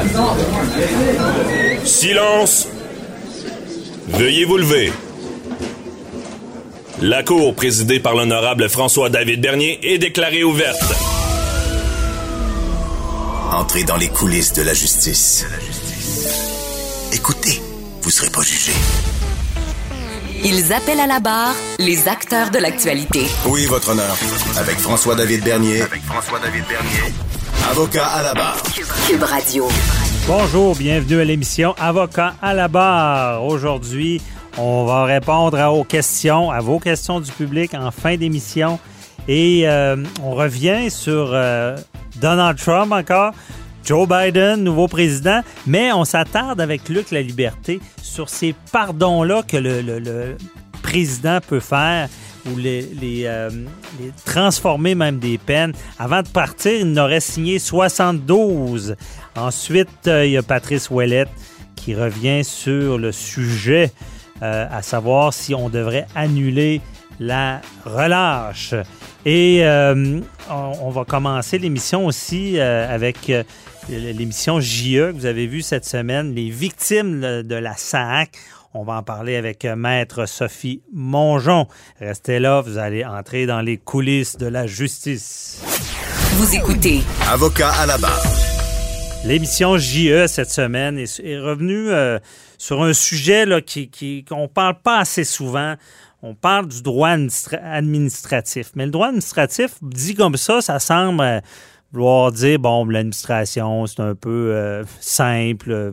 Silence! Veuillez vous lever. La cour, présidée par l'honorable François-David Bernier, est déclarée ouverte. Entrez dans les coulisses de la justice. Écoutez, vous serez pas jugé. Ils appellent à la barre les acteurs de l'actualité. Oui, votre honneur. Avec François-David Bernier. Avocat à la barre. Cube Radio. Bonjour, bienvenue à l'émission Avocat à la barre. Aujourd'hui, on va répondre à vos questions du public en fin d'émission. Et on revient sur Donald Trump encore, Joe Biden, nouveau président, mais on s'attarde avec Luc Laliberté sur ces pardons-là que le président peut faire ou les transformer même des peines. Avant de partir, il n'aurait signé 72. Ensuite, il y a Patrice Ouellette qui revient sur le sujet, à savoir si on devrait annuler la relâche. Et on va commencer l'émission aussi avec l'émission JE que vous avez vue cette semaine, les victimes de la SAAC. On va en parler avec Maître Sophie Mongeon. Restez là, vous allez entrer dans les coulisses de la justice. Vous écoutez Avocat à la barre. L'émission JE cette semaine est revenue sur un sujet là, qu'on ne parle pas assez souvent. On parle du droit administratif. Mais le droit administratif, dit comme ça semble vouloir dire, bon, l'administration, c'est un peu simple,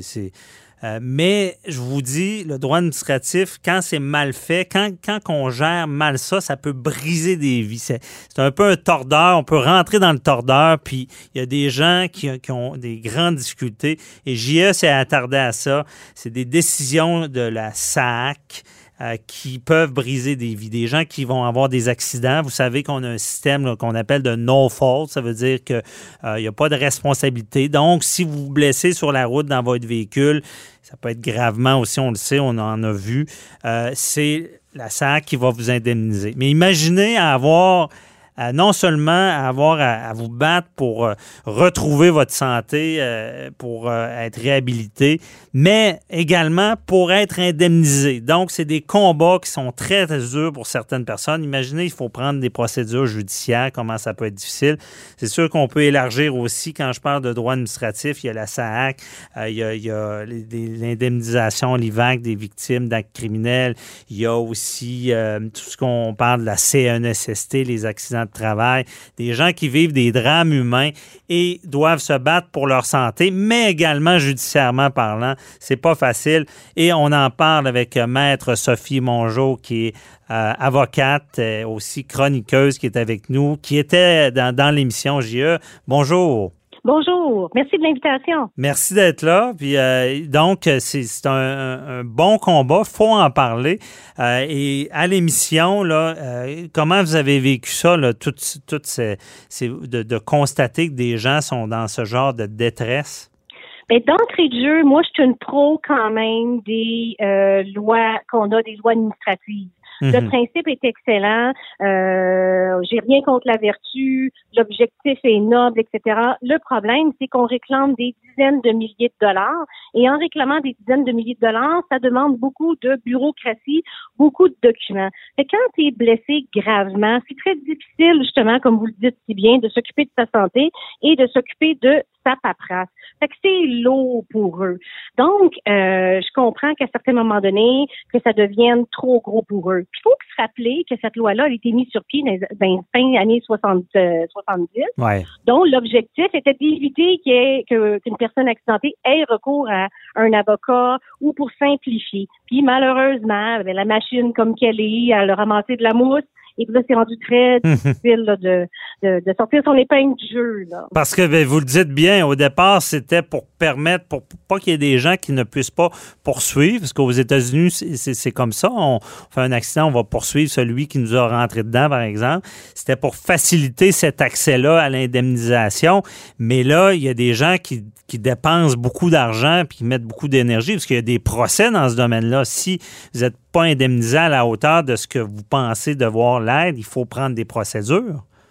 mais je vous dis, le droit administratif, quand c'est mal fait, quand on gère mal ça peut briser des vies. C'est un peu un tordeur. On peut rentrer dans le tordeur, puis il y a des gens qui ont des grandes difficultés. Et JE s'est attardé à ça. C'est des décisions de la SAAC qui peuvent briser des vies. Des gens qui vont avoir des accidents. Vous savez qu'on a un système là, qu'on appelle de no fault. Ça veut dire qu'il n'y a pas de responsabilité. Donc, si vous vous blessez sur la route dans votre véhicule, ça peut être gravement aussi, on le sait, on en a vu, c'est la SAAC qui va vous indemniser. Mais imaginez non seulement avoir à vous battre pour retrouver votre santé, pour être réhabilité, mais également pour être indemnisé. Donc, c'est des combats qui sont très, très durs pour certaines personnes. Imaginez, il faut prendre des procédures judiciaires, comment ça peut être difficile. C'est sûr qu'on peut élargir aussi, quand je parle de droit administratif, il y a la SAAC, il y a l'indemnisation, l'IVAC des victimes d'actes criminels, il y a aussi tout ce qu'on parle de la CNSST, les accidents de travail, des gens qui vivent des drames humains et doivent se battre pour leur santé, mais également judiciairement parlant. C'est pas facile. Et on en parle avec Maître Sophie Mongeon, qui est avocate, aussi chroniqueuse, qui est avec nous, qui était dans l'émission JE. Bonjour. Bonjour, merci de l'invitation. Merci d'être là. Puis donc, c'est un bon combat, il faut en parler. Et à l'émission, là, comment vous avez vécu ça, là, de constater que des gens sont dans ce genre de détresse? Bien, d'entrée de jeu, moi, je suis une pro quand même des lois des lois administratives. Le principe est excellent. J'ai rien contre la vertu. L'objectif est noble, etc. Le problème, c'est qu'on réclame des dizaines de milliers de dollars. Et en réclamant des dizaines de milliers de dollars, ça demande beaucoup de bureaucratie, beaucoup de documents. Et quand tu es blessé gravement, c'est très difficile, justement, comme vous le dites si bien, de s'occuper de sa santé et de s'occuper de sa paperasse. Fait que c'est lourd pour eux. Donc, je comprends qu'à certains moments donnés, que ça devienne trop gros pour eux. Il faut se rappeler que cette loi-là a été mise sur pied dans les fin années 70, ouais. dont l'objectif était d'éviter qu'une personne accidentée ait recours à un avocat ou pour simplifier. Puis malheureusement, la machine comme qu'elle est, elle a ramassé de la mousse. Et puis là, c'est rendu très difficile là, de sortir son épingle du jeu. Là. Parce que vous le dites bien, au départ, c'était pour permettre, pour pas qu'il y ait des gens qui ne puissent pas poursuivre, parce qu'aux États-Unis, c'est comme ça. On fait un accident, on va poursuivre celui qui nous a rentré dedans, par exemple. C'était pour faciliter cet accès-là à l'indemnisation. Mais là, il y a des gens qui dépensent beaucoup d'argent puis qui mettent beaucoup d'énergie, parce qu'il y a des procès dans ce domaine-là. Si vous n'êtes pas indemnisé à la hauteur de ce que vous pensez devoir l'être, il faut prendre des procédures.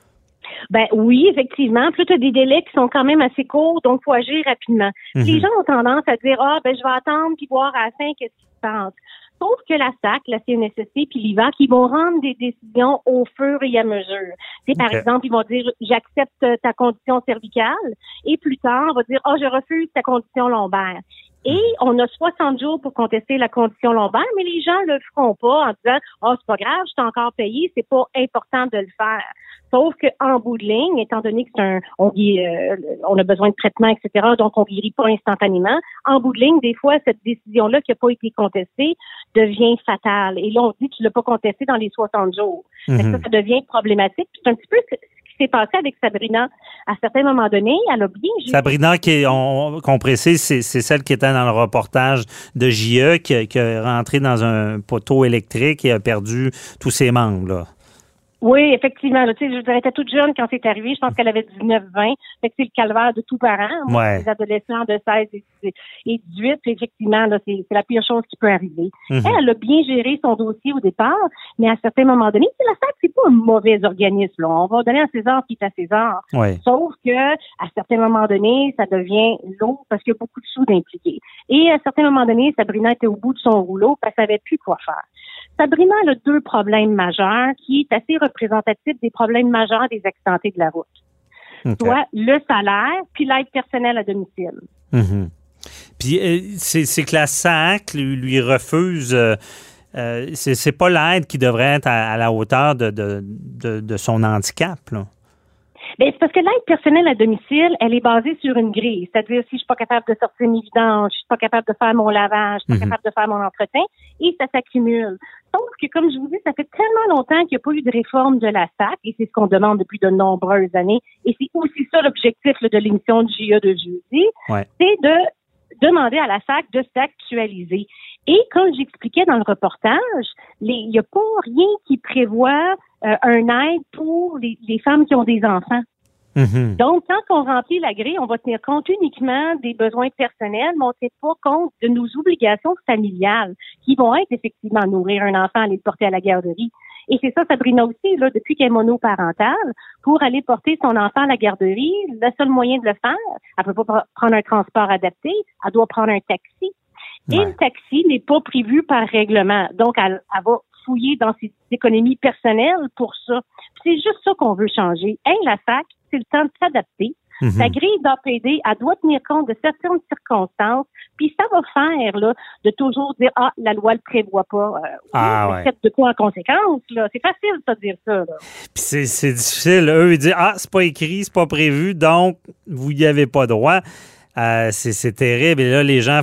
Ben oui, effectivement. Puis là, tu as des délais qui sont quand même assez courts, donc il faut agir rapidement. Les gens ont tendance à dire je vais attendre puis voir à la fin qu'est-ce qui se passe. Sauf que la SAC, la CNSST puis l'IVAC, ils vont rendre des décisions au fur et à mesure. Par exemple, ils vont dire j'accepte ta condition cervicale et plus tard, on va dire je refuse ta condition lombaire. Et on a 60 jours pour contester la condition lombaire, mais les gens le feront pas en disant c'est pas grave, je t'ai encore payé, c'est pas important de le faire. Sauf qu'en bout de ligne, étant donné que on a besoin de traitement, etc., donc on guérit pas instantanément, en bout de ligne, des fois, cette décision-là qui n'a pas été contestée devient fatale. Et là, on dit que tu l'as pas contestée dans les 60 jours. Ça devient problématique. Puis c'est un petit peu ce qui s'est passé avec Sabrina. À certains moments donnés, elle a bien géré. Sabrina, qu'on précise, c'est celle qui était dans le reportage de JE, qui est rentrée dans un poteau électrique et a perdu tous ses membres, là. Oui, effectivement. Là, tu sais, je dirais, elle était toute jeune quand c'est arrivé. Je pense qu'elle avait 19-20. Fait que c'est le calvaire de tous parents. Moi, les adolescents de 16 et 18, puis effectivement, là, c'est la pire chose qui peut arriver. Elle a bien géré son dossier au départ, mais à certains moments donnés, la SAC, c'est pas un mauvais organisme, là. On va donner à César qui est à César. Sauf que, à certains moments donnés, ça devient lourd parce qu'il y a beaucoup de sous d'impliqués. Et à certains moments donnés, Sabrina était au bout de son rouleau, parce qu'elle savait plus quoi faire. Sabrina a deux problèmes majeurs qui est assez représentatif des problèmes majeurs des accidentés de la route. Soit le salaire, puis l'aide personnelle à domicile. Puis c'est que la SAC lui refuse... c'est pas l'aide qui devrait être à la hauteur de son handicap, là. Ben, c'est parce que l'aide personnelle à domicile, elle est basée sur une grille. C'est-à-dire, si je suis pas capable de sortir mes vidanges, je suis pas capable de faire mon lavage, je suis pas capable de faire mon entretien, et ça s'accumule. Sauf que, comme je vous dis, ça fait tellement longtemps qu'il n'y a pas eu de réforme de la SAC, et c'est ce qu'on demande depuis de nombreuses années, et c'est aussi ça l'objectif de l'émission de JE de jeudi, c'est de demander à la SAC de s'actualiser. Et comme j'expliquais dans le reportage, il n'y a pas rien qui prévoit un aide pour les femmes qui ont des enfants. Donc, quand on remplit la grille, on va tenir compte uniquement des besoins personnels, mais on ne tient pas compte de nos obligations familiales, qui vont être effectivement nourrir un enfant, aller le porter à la garderie. Et c'est ça, Sabrina aussi, là, depuis qu'elle est monoparentale, pour aller porter son enfant à la garderie, le seul moyen de le faire, elle ne peut pas prendre un transport adapté, elle doit prendre un taxi. Et le taxi n'est pas prévu par règlement. Donc, elle va fouiller dans ses économies personnelles pour ça. C'est juste ça qu'on veut changer. La SAC, c'est le temps de s'adapter. La grille d'APD, elle doit tenir compte de certaines circonstances, puis ça va faire là de toujours dire la loi le prévoit pas. Faites de quoi en conséquence là. C'est facile de dire ça là. Puis c'est difficile. Eux ils disent c'est pas écrit, c'est pas prévu, donc vous y avez pas droit. C'est terrible. Et là les gens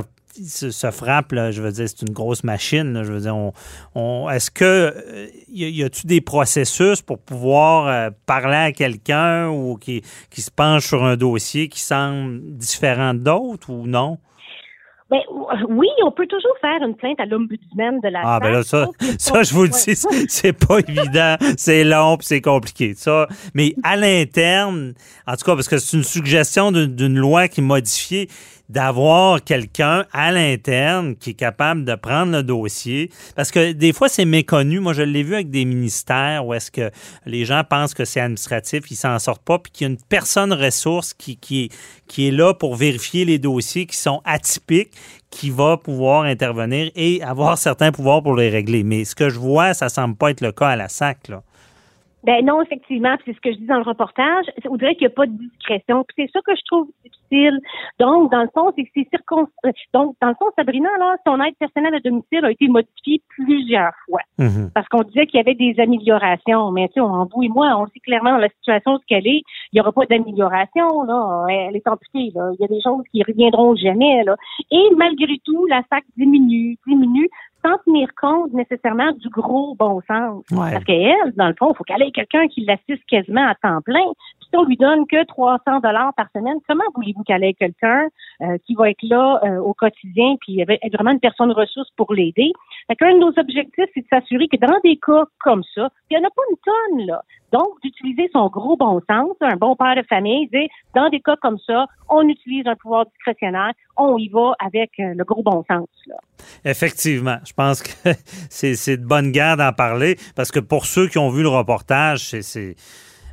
se frappe, là, je veux dire, c'est une grosse machine. Là, je veux dire, est-ce que y a-tu des processus pour pouvoir parler à quelqu'un ou qui se penche sur un dossier qui semble différent d'autres ou non? Ben oui, on peut toujours faire une plainte à l'ombudsman de la SAC. Ben là, ça je vous le dis, c'est pas évident, c'est long puis c'est compliqué. Ça, mais à l'interne, en tout cas, parce que c'est une suggestion d'une loi qui est modifiée, d'avoir quelqu'un à l'interne qui est capable de prendre le dossier. Parce que des fois, c'est méconnu. Moi, je l'ai vu avec des ministères où est-ce que les gens pensent que c'est administratif, ils s'en sortent pas, puis qu'il y a une personne ressource qui est là pour vérifier les dossiers qui sont atypiques, qui va pouvoir intervenir et avoir certains pouvoirs pour les régler. Mais ce que je vois, ça semble pas être le cas à la SAC, là. Ben non, effectivement, c'est ce que je dis dans le reportage. On dirait qu'il n'y a pas de discrétion. Puis c'est ça que je trouve difficile. Donc, dans le fond, c'est que donc, dans le fond, Sabrina, là, son aide personnelle à domicile a été modifiée plusieurs fois. Parce qu'on disait qu'il y avait des améliorations. Mais tu sais, vous et moi, on sait clairement dans la situation ce qu'elle est, il n'y aura pas d'amélioration, là. Elle est amputée, là. Il y a des choses qui reviendront jamais, là. Et malgré tout, la SAC diminue, sans tenir compte nécessairement du gros bon sens. Parce qu'elle, dans le fond, il faut qu'elle ait quelqu'un qui l'assiste quasiment à temps plein. Puis si on lui donne que 300 $ par semaine, comment voulez-vous qu'elle ait quelqu'un qui va être là au quotidien puis être vraiment une personne ressource pour l'aider? Fait qu'un de nos objectifs, c'est de s'assurer que dans des cas comme ça, il n'y en a pas une tonne, là. Donc, d'utiliser son gros bon sens, un bon père de famille, dire, dans des cas comme ça, on utilise un pouvoir discrétionnaire, on y va avec le gros bon sens, là. Effectivement. Je pense que c'est de bonne guerre d'en parler parce que pour ceux qui ont vu le reportage,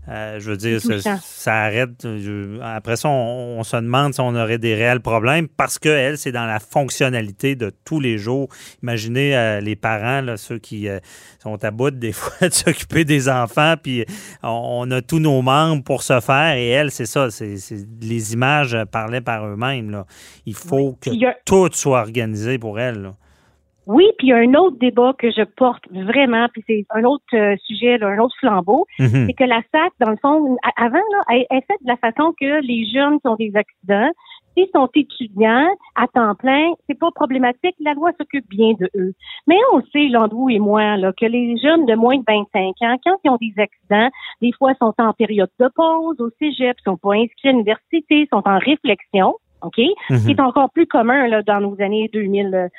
Je veux dire, ça arrête. Après ça, on se demande si on aurait des réels problèmes parce qu'elle, c'est dans la fonctionnalité de tous les jours. Imaginez les parents, là, ceux qui sont à bout des fois de s'occuper des enfants, puis on a tous nos membres pour se faire, et elle, c'est ça, les images parlaient par eux-mêmes, là. Il faut que tout soit organisé pour elle, là. Oui, puis il y a un autre débat que je porte vraiment, puis c'est un autre sujet, là, un autre flambeau, c'est que la SAC, dans le fond, avant, là, elle est faite de la façon que les jeunes qui ont des accidents, s'ils sont étudiants à temps plein, c'est pas problématique, la loi s'occupe bien de eux. Mais on sait, Landreau et moi, là, que les jeunes de moins de 25 ans, quand ils ont des accidents, des fois sont en période de pause au cégep, sont pas inscrits à l'université, sont en réflexion. OK? Ce qui est encore plus commun là, dans nos années 2020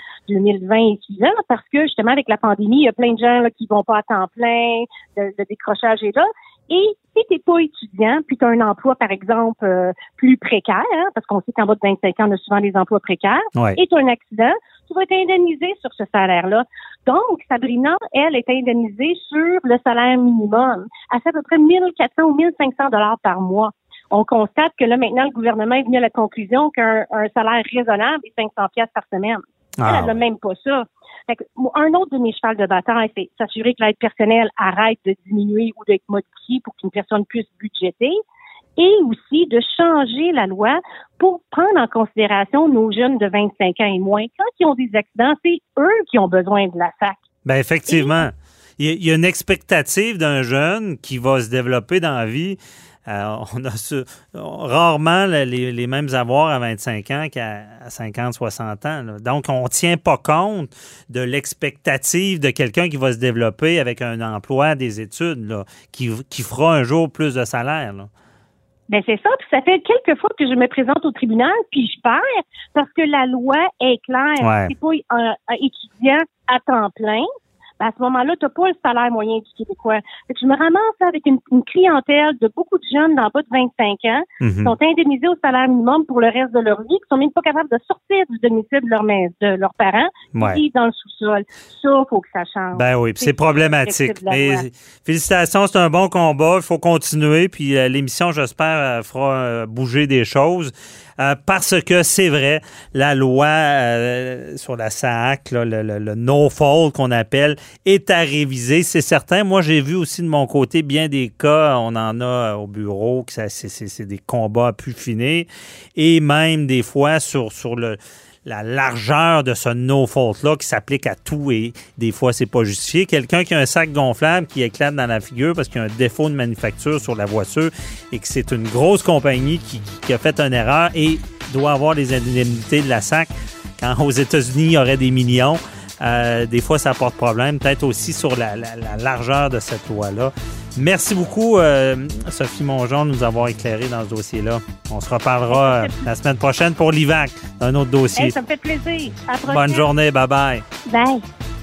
et suivants, parce que justement, avec la pandémie, il y a plein de gens là, qui vont pas à temps plein, le décrochage est là. Et si t'es pas étudiant, puis tu as un emploi, par exemple, plus précaire, parce qu'on sait qu'en bas de 25 ans, on a souvent des emplois précaires, et tu as un accident, tu vas être indemnisé sur ce salaire-là. Donc, Sabrina, elle, est indemnisée sur le salaire minimum. Elle fait à peu près 1400 ou 1500 $ par mois. On constate que là, maintenant, le gouvernement est venu à la conclusion qu'un salaire raisonnable est 500 $ par semaine. Elle n'a même pas ça. Fait que, un autre de mes chevals de bataille, c'est s'assurer que l'aide personnelle arrête de diminuer ou d'être modifiée pour qu'une personne puisse budgéter, et aussi de changer la loi pour prendre en considération nos jeunes de 25 ans et moins. Quand ils ont des accidents, c'est eux qui ont besoin de la SAC. Bien, effectivement. Il y a une expectative d'un jeune qui va se développer dans la vie. On a rarement les mêmes avoirs à 25 ans qu'à 50, 60 ans. Là. Donc, on ne tient pas compte de l'expectative de quelqu'un qui va se développer avec un emploi, des études, là, qui fera un jour plus de salaire. Là. Ben c'est ça. Puis ça fait quelques fois que je me présente au tribunal, puis je perds parce que la loi est claire. Ouais. C'est pas un étudiant à temps plein. À ce moment-là, tu n'as pas le salaire moyen du Québécois. Fait que je me ramasse avec une clientèle de beaucoup de jeunes d'en bas de 25 ans qui sont indemnisés au salaire minimum pour le reste de leur vie, qui sont même pas capables de sortir du domicile de leurs parents, qui vivent dans le sous-sol. Ça, il faut que ça change. Ben oui, c'est problématique. Mais félicitations, c'est un bon combat. Il faut continuer. Puis l'émission, j'espère, fera bouger des choses. Parce que c'est vrai, la loi sur la SAC, là, le no-fault qu'on appelle, est à réviser, c'est certain. Moi, j'ai vu aussi de mon côté bien des cas, on en a au bureau, que c'est des combats à pu finir, et même des fois sur la largeur de ce no-fault-là qui s'applique à tout et des fois, c'est pas justifié. Quelqu'un qui a un sac gonflable qui éclate dans la figure parce qu'il y a un défaut de manufacture sur la voiture et que c'est une grosse compagnie qui a fait une erreur et doit avoir les indemnités de la SAC. Quand aux États-Unis, il y aurait des millions, des fois, ça porte problème. Peut-être aussi sur la largeur de cette loi-là. Merci beaucoup, Sophie Mongeon, de nous avoir éclairé dans ce dossier-là. On se reparlera la semaine prochaine pour l'IVAC, un autre dossier. Hey, ça me fait plaisir. À la prochaine. Bonne journée. Bye-bye. Bye.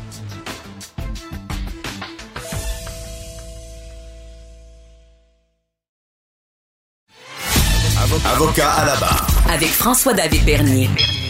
Avocat à la barre. Avec François-David Bernier.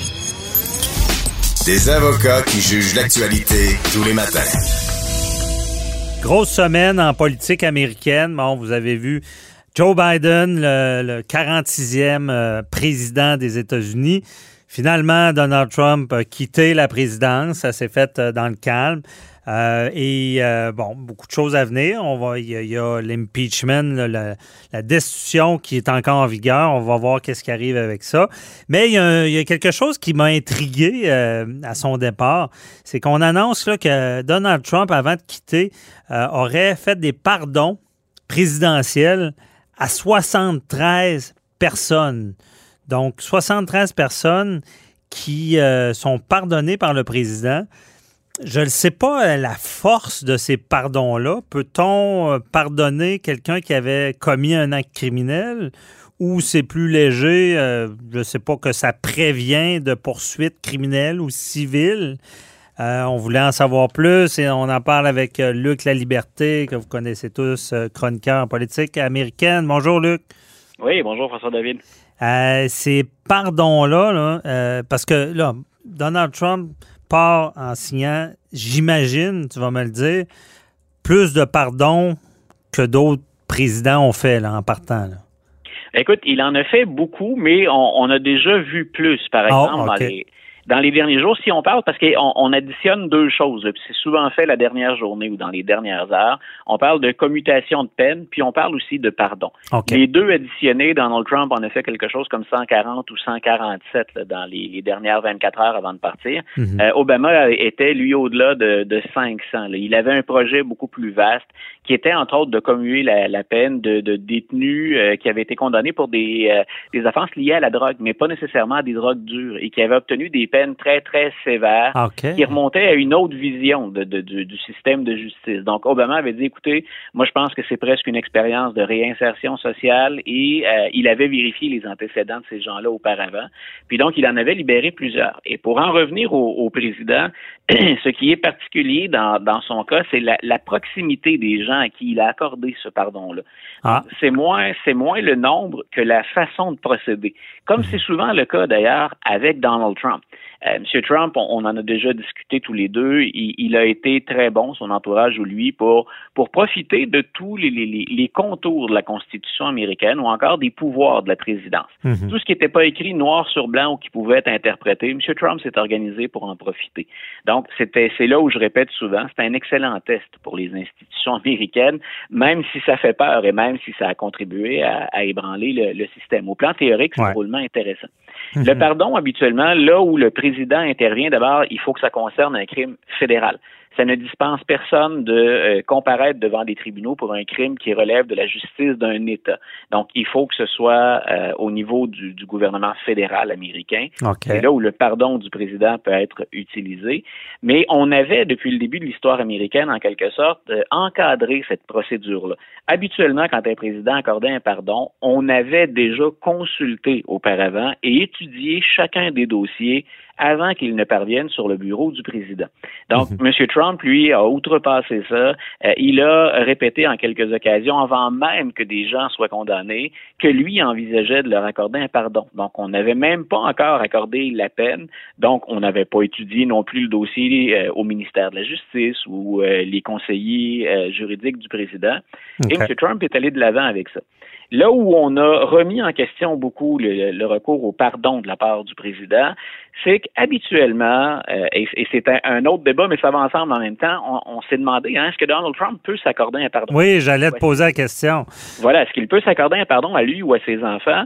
Des avocats qui jugent l'actualité tous les matins. Grosse semaine en politique américaine. Bon, vous avez vu Joe Biden, le 46e président des États-Unis. Finalement, Donald Trump a quitté la présidence. Ça s'est fait dans le calme. Beaucoup de choses à venir. Il y a l'impeachment, la destitution qui est encore en vigueur. On va voir qu'est-ce qui arrive avec ça. Mais il y a quelque chose qui m'a intrigué à son départ. C'est qu'on annonce là, que Donald Trump, avant de quitter, aurait fait des pardons présidentiels à 73 personnes. Donc, 73 personnes qui sont pardonnées par le président. Je ne sais pas la force de ces pardons-là. Peut-on pardonner quelqu'un qui avait commis un acte criminel ou c'est plus léger? Je ne sais pas que ça prévient de poursuites criminelles ou civiles. On voulait en savoir plus et on en parle avec Luc Laliberté, que vous connaissez tous, chroniqueur en politique américaine. Bonjour, Luc. Oui, bonjour, François-David. Ces pardons-là, parce que là, Donald Trump part en signant, j'imagine, tu vas me le dire, plus de pardons que d'autres présidents ont fait là, en partant? Là? Écoute, il en a fait beaucoup, mais on a déjà vu plus, par exemple, dans les derniers jours, si on parle, parce qu'on additionne deux choses, puis c'est souvent fait la dernière journée ou dans les dernières heures, on parle de commutation de peine, puis on parle aussi de pardon. Les deux additionnés, Donald Trump en a fait quelque chose comme 140 ou 147 là, dans les dernières 24 heures avant de partir. Obama était, lui, au-delà de 500. Là. Il avait un projet beaucoup plus vaste qui était, entre autres, de commuer la peine de détenus qui avaient été condamnés pour des offenses liées à la drogue, mais pas nécessairement à des drogues dures, et qui avaient obtenu des peines très, très sévères qui remontaient à une autre vision du système de justice. Donc, Obama avait dit, écoutez, moi, je pense que c'est presque une expérience de réinsertion sociale, et il avait vérifié les antécédents de ces gens-là auparavant. Puis donc, il en avait libéré plusieurs. Et pour en revenir au président, ce qui est particulier dans son cas, c'est la proximité des gens à qui il a accordé ce pardon-là. C'est moins le nombre que la façon de procéder. Comme c'est souvent le cas d'ailleurs avec Donald Trump. M. Trump, on en a déjà discuté tous les deux, il a été très bon, son entourage ou lui, pour profiter de tous les contours de la Constitution américaine ou encore des pouvoirs de la présidence. Tout ce qui n'était pas écrit noir sur blanc ou qui pouvait être interprété, M. Trump s'est organisé pour en profiter. Donc, c'est là où je répète souvent, c'est un excellent test pour les institutions américaines, même si ça fait peur et même si ça a contribué à ébranler le système. Au plan théorique, c'est drôlement intéressant. Le pardon, habituellement, là où le président intervient, d'abord, il faut que ça concerne un crime fédéral. Ça ne dispense personne de comparaître devant des tribunaux pour un crime qui relève de la justice d'un État. Donc, il faut que ce soit au niveau du gouvernement fédéral américain. C'est là où le pardon du président peut être utilisé. Mais on avait, depuis le début de l'histoire américaine, en quelque sorte, encadré cette procédure-là. Habituellement, quand un président accordait un pardon, on avait déjà consulté auparavant et étudié chacun des dossiers avant qu'il ne parvienne sur le bureau du président. Donc, M. Trump, lui, a outrepassé ça. Il a répété en quelques occasions, avant même que des gens soient condamnés, que lui envisageait de leur accorder un pardon. Donc, on n'avait même pas encore accordé la peine. Donc, on n'avait pas étudié non plus le dossier au ministère de la Justice ou les conseillers juridiques du président. Et M. Trump est allé de l'avant avec ça. Là où on a remis en question beaucoup le recours au pardon de la part du président, c'est qu'habituellement, et c'est un autre débat, mais ça va ensemble en même temps, on s'est demandé, est-ce que Donald Trump peut s'accorder un pardon? Oui, j'allais te poser la question. Voilà, est-ce qu'il peut s'accorder un pardon à lui ou à ses enfants?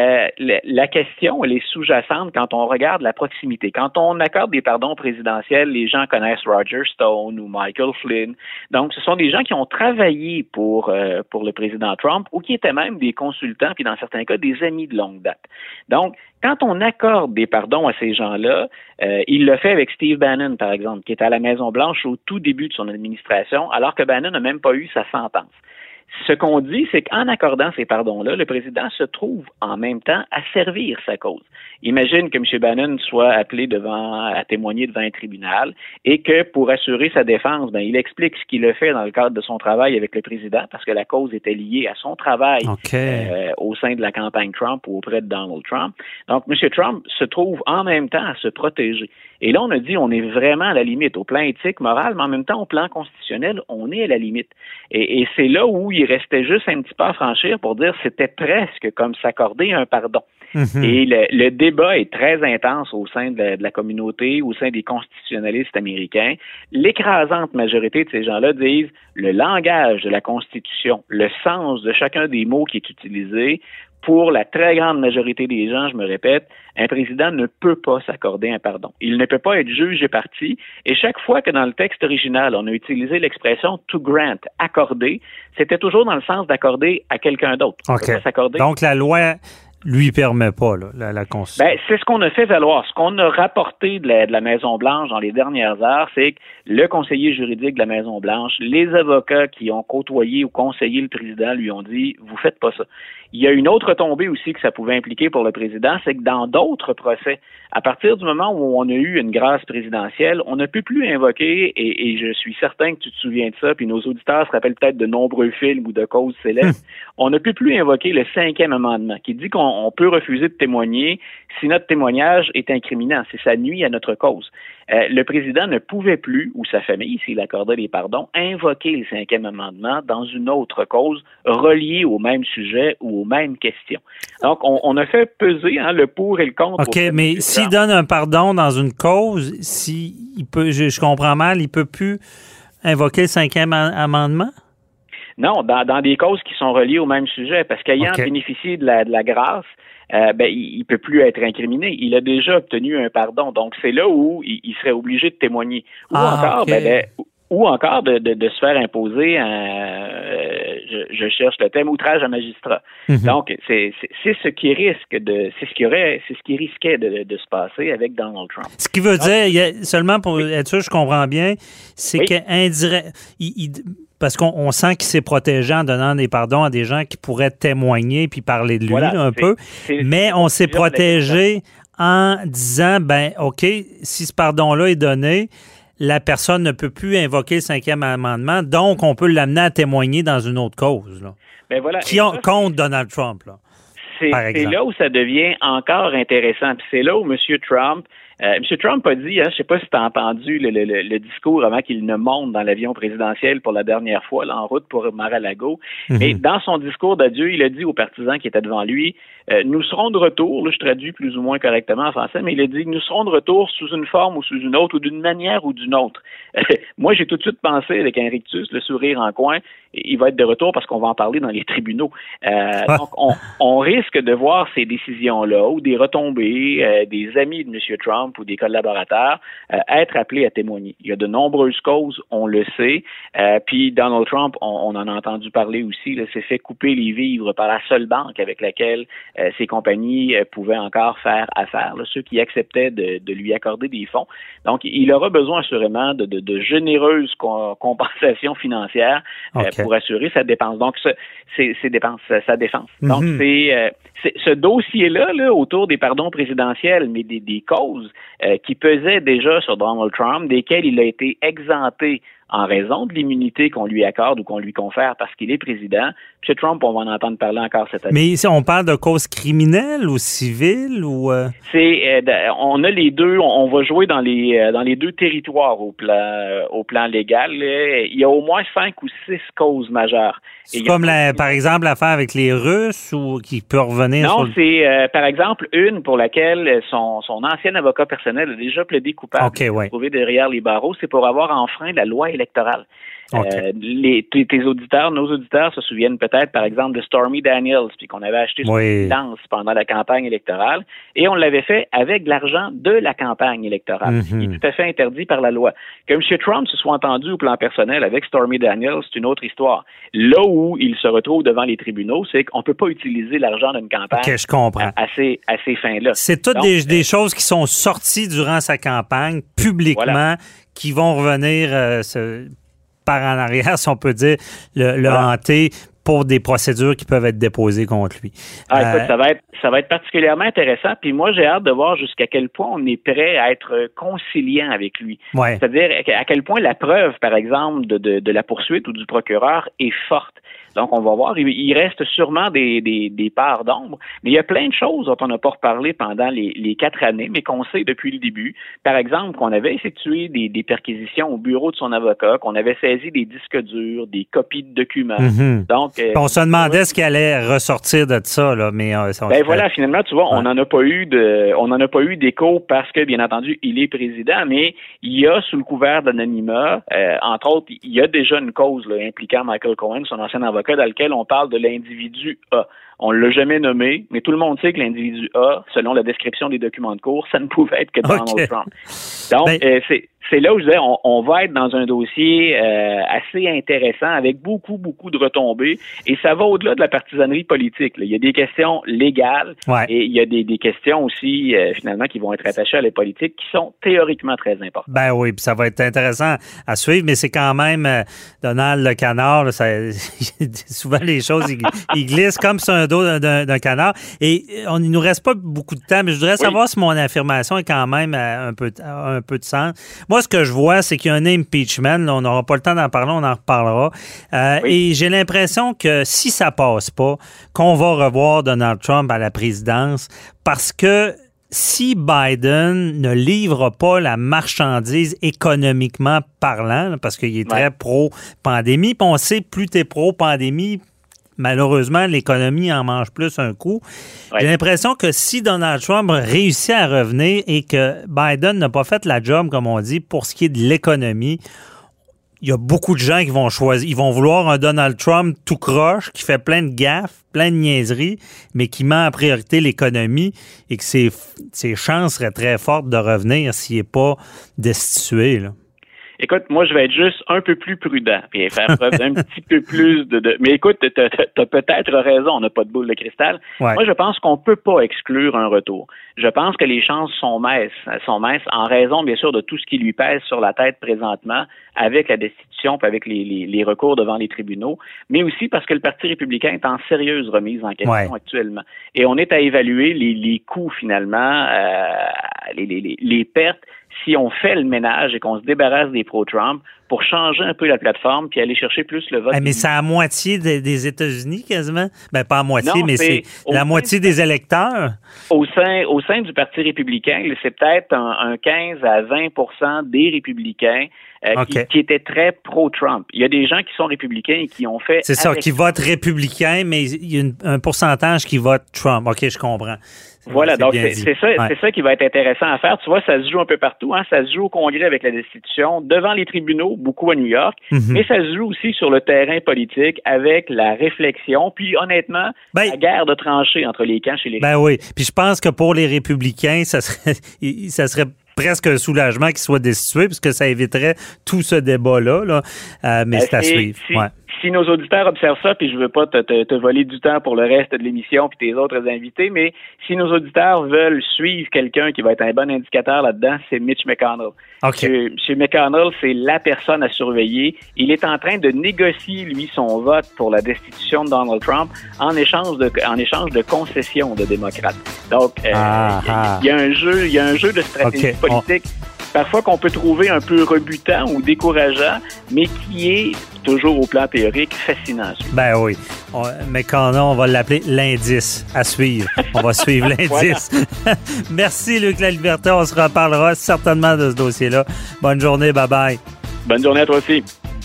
La question, elle est sous-jacente quand on regarde la proximité. Quand on accorde des pardons présidentiels, les gens connaissent Roger Stone ou Michael Flynn. Donc, ce sont des gens qui ont travaillé pour le président Trump ou qui étaient même des consultants, puis dans certains cas, des amis de longue date. Donc, quand on accorde des pardons à ces gens-là, il le fait avec Steve Bannon, par exemple, qui était à la Maison-Blanche au tout début de son administration, alors que Bannon n'a même pas eu sa sentence. Ce qu'on dit, c'est qu'en accordant ces pardons-là, le président se trouve en même temps à servir sa cause. Imagine que M. Bannon soit appelé à témoigner devant un tribunal et que pour assurer sa défense, il explique ce qu'il a fait dans le cadre de son travail avec le président parce que la cause était liée à son travail au sein de la campagne Trump ou auprès de Donald Trump. Donc, M. Trump se trouve en même temps à se protéger. Et là, on a dit on est vraiment à la limite, au plan éthique, moral, mais en même temps, au plan constitutionnel, on est à la limite. Et c'est là où il restait juste un petit pas à franchir pour dire c'était presque comme s'accorder un pardon. Et le débat est très intense au sein de la communauté, au sein des constitutionnalistes américains. L'écrasante majorité de ces gens-là disent le langage de la Constitution, le sens de chacun des mots qui est utilisé, pour la très grande majorité des gens, je me répète, un président ne peut pas s'accorder un pardon. Il ne peut pas être juge et partie. Et chaque fois que dans le texte original, on a utilisé l'expression to grant, accorder, c'était toujours dans le sens d'accorder à quelqu'un d'autre. Donc la loi lui permet pas, là, la Constitution. C'est ce qu'on a fait valoir. Ce qu'on a rapporté de la Maison-Blanche dans les dernières heures, c'est que le conseiller juridique de la Maison-Blanche, les avocats qui ont côtoyé ou conseillé le président lui ont dit « vous faites pas ça ». Il y a une autre tombée aussi que ça pouvait impliquer pour le président, c'est que dans d'autres procès, à partir du moment où on a eu une grâce présidentielle, on ne peut plus invoquer, et je suis certain que tu te souviens de ça, puis nos auditeurs se rappellent peut-être de nombreux films ou de causes célèbres, on ne peut plus invoquer le 5e amendement qui dit qu'on on peut refuser de témoigner si notre témoignage est incriminant, si ça nuit à notre cause. Le président ne pouvait plus, ou sa famille, s'il accordait les pardons, invoquer le 5e amendement dans une autre cause reliée au même sujet ou aux mêmes questions. Donc, on a fait peser le pour et le contre. OK, mais s'il donne un pardon dans une cause, il peut, je comprends mal, il peut plus invoquer le 5e amendement? Non, dans des causes qui sont reliées au même sujet, parce qu'ayant bénéficié de la grâce, il peut plus être incriminé. Il a déjà obtenu un pardon. Donc, c'est là où il serait obligé de témoigner. Ou encore de se faire imposer je cherche le thème, outrage à magistrat. Mm-hmm. Donc, c'est ce qui risquait de se passer avec Donald Trump. Ce qui veut dire, seulement pour être sûr, je comprends bien, c'est qu'indirect, parce qu'on sent qu'il s'est protégé en donnant des pardons à des gens qui pourraient témoigner puis parler de lui peu. Mais on s'est protégé en disant, OK, si ce pardon-là est donné, la personne ne peut plus invoquer le 5e amendement, donc on peut l'amener à témoigner dans une autre cause. Là, contre Donald Trump. Là, c'est là où ça devient encore intéressant. Puis c'est là où M. Trump a dit, je ne sais pas si tu as entendu le discours avant qu'il ne monte dans l'avion présidentiel pour la dernière fois, là, en route pour Mar-a-Lago. Mais dans son discours d'adieu, il a dit aux partisans qui étaient devant lui, nous serons de retour, là, je traduis plus ou moins correctement en français, mais il a dit, nous serons de retour sous une forme ou sous une autre, ou d'une manière ou d'une autre. Moi, j'ai tout de suite pensé, avec un rictus, le sourire en coin, il va être de retour parce qu'on va en parler dans les tribunaux. Donc, on risque de voir ces décisions-là, ou des retombées, des amis de M. Trump ou des collaborateurs, être appelés à témoigner. Il y a de nombreuses causes, on le sait, puis Donald Trump, on en a entendu parler aussi, là, s'est fait couper les vivres par la seule banque avec laquelle ces compagnies pouvaient encore faire affaire, là, ceux qui acceptaient de lui accorder des fonds. Donc, il aura besoin assurément de généreuses compensations financières pour assurer sa dépense. Donc, sa défense. Donc, c'est ce dossier-là, là, autour des pardons présidentiels, mais des causes qui pesaient déjà sur Donald Trump, desquelles il a été exempté en raison de l'immunité qu'on lui accorde ou qu'on lui confère parce qu'il est président. M. Trump, on va en entendre parler encore cette année. Mais ici, on parle de cause criminelle ou civile ou... On a les deux, on va jouer dans les deux territoires au plan légal. Il y a au moins 5 ou 6 causes majeures. C'est comme, par exemple, l'affaire avec les Russes ou qui peut revenir Non, c'est, par exemple, une pour laquelle son ancien avocat personnel a déjà plaidé coupable. Trouvé derrière les barreaux, c'est pour avoir enfreint la loi électorale. Nos auditeurs se souviennent peut-être, par exemple, de Stormy Daniels, puis qu'on avait acheté son silence pendant la campagne électorale, et on l'avait fait avec de l'argent de la campagne électorale, ce qui est tout à fait interdit par la loi. Que M. Trump se soit entendu au plan personnel avec Stormy Daniels, c'est une autre histoire. Là où il se retrouve devant les tribunaux, c'est qu'on ne peut pas utiliser l'argent d'une campagne je comprends. À ces fins-là. C'est toutes des choses qui sont sorties durant sa campagne, publiquement, qui vont revenir... par en arrière, si on peut dire, le hanter pour des procédures qui peuvent être déposées contre lui. Écoute, ça va être particulièrement intéressant. Puis moi, j'ai hâte de voir jusqu'à quel point on est prêt à être conciliant avec lui. C'est-à-dire à quel point la preuve, par exemple, de la poursuite ou du procureur est forte. Donc, on va voir. Il reste sûrement des parts d'ombre, mais il y a plein de choses dont on n'a pas reparlé pendant les 4 années, mais qu'on sait depuis le début. Par exemple, qu'on avait effectué des perquisitions au bureau de son avocat, qu'on avait saisi des disques durs, des copies de documents. Donc, on se demandait ce qui allait ressortir de ça, là, mais finalement, tu vois, on n'en a pas eu d'écho parce que, bien entendu, il est président, mais il y a, sous le couvert d'anonymat, entre autres, il y a déjà une cause là, impliquant Michael Cohen, son ancien avocat, dans lequel on parle de l'individu A. On ne l'a jamais nommé, mais tout le monde sait que l'individu A, selon la description des documents de cours, ça ne pouvait être que Donald Trump. Donc, c'est là où je disais, on va être dans un dossier assez intéressant avec beaucoup, beaucoup de retombées et ça va au-delà de la partisanerie politique. Là. Il y a des questions légales et il y a des questions aussi, finalement, qui vont être attachées à la politique qui sont théoriquement très importantes. Ben oui, puis ça va être intéressant à suivre, mais c'est quand même Donald le canard, là, souvent les choses, ils glissent comme sur un dos d'un canard et il nous reste pas beaucoup de temps, mais je voudrais savoir si mon affirmation est quand même un peu de sens. Moi, moi, ce que je vois, c'est qu'il y a un impeachment. Là, on n'aura pas le temps d'en parler, on en reparlera. Et j'ai l'impression que si ça passe pas, qu'on va revoir Donald Trump à la présidence, parce que si Biden ne livre pas la marchandise économiquement parlant, parce qu'il est très pro-pandémie, puis on sait, plus tu es pro-pandémie, malheureusement, l'économie en mange plus un coup. J'ai l'impression que si Donald Trump réussit à revenir et que Biden n'a pas fait la job, comme on dit, pour ce qui est de l'économie, il y a beaucoup de gens qui vont choisir, ils vont vouloir un Donald Trump tout croche, qui fait plein de gaffes, plein de niaiseries, mais qui met en priorité l'économie et que ses chances seraient très fortes de revenir s'il n'est pas destitué, là. Écoute, moi, je vais être juste un peu plus prudent et faire preuve d'un petit peu plus de... Mais écoute, t'as peut-être raison, on n'a pas de boule de cristal. Ouais. Moi, je pense qu'on peut pas exclure un retour. Je pense que les chances sont minces en raison, bien sûr, de tout ce qui lui pèse sur la tête présentement avec la destitution puis avec les recours devant les tribunaux, mais aussi parce que le Parti républicain est en sérieuse remise en question actuellement. Et on est à évaluer les coûts, finalement, les pertes, si on fait le ménage et qu'on se débarrasse des pro-Trump pour changer un peu la plateforme puis aller chercher plus le vote. Mais c'est à moitié des États-Unis, quasiment? Ben, pas à moitié, mais c'est la moitié des électeurs. Au sein du Parti républicain, c'est peut-être un 15 à 20% des républicains qui étaient très pro-Trump. Il y a des gens qui sont républicains et qui ont fait... C'est ça, qui votent républicain, mais il y a un pourcentage qui vote Trump. OK, je comprends. Voilà, donc c'est ça qui va être intéressant à faire. Tu vois, ça se joue un peu partout. Hein? Ça se joue au Congrès avec la destitution, devant les tribunaux, beaucoup à New York, mais ça se joue aussi sur le terrain politique avec la réflexion, puis honnêtement, la guerre de tranchées entre les camps chez les républicains. Oui, puis je pense que pour les républicains, ça serait presque un soulagement qu'ils soient destitués, puisque ça éviterait tout ce débat-là. Là. Mais c'est à suivre. Si nos auditeurs observent ça, puis je veux pas te voler du temps pour le reste de l'émission puis tes autres invités, mais si nos auditeurs veulent suivre quelqu'un qui va être un bon indicateur là-dedans, c'est Mitch McConnell. Okay. Chez McConnell, c'est la personne à surveiller. Il est en train de négocier, lui, son vote pour la destitution de Donald Trump en échange de concessions de démocrates. Donc, il y a un jeu de stratégie politique. Parfois qu'on peut trouver un peu rebutant ou décourageant, mais qui est toujours au plan théorique fascinant. Ben oui. McConnell, on va l'appeler l'indice à suivre. On va suivre l'indice. Voilà. Merci, Luc La Liberté. On se reparlera certainement de ce dossier-là. Bonne journée. Bye-bye. Bonne journée à toi aussi.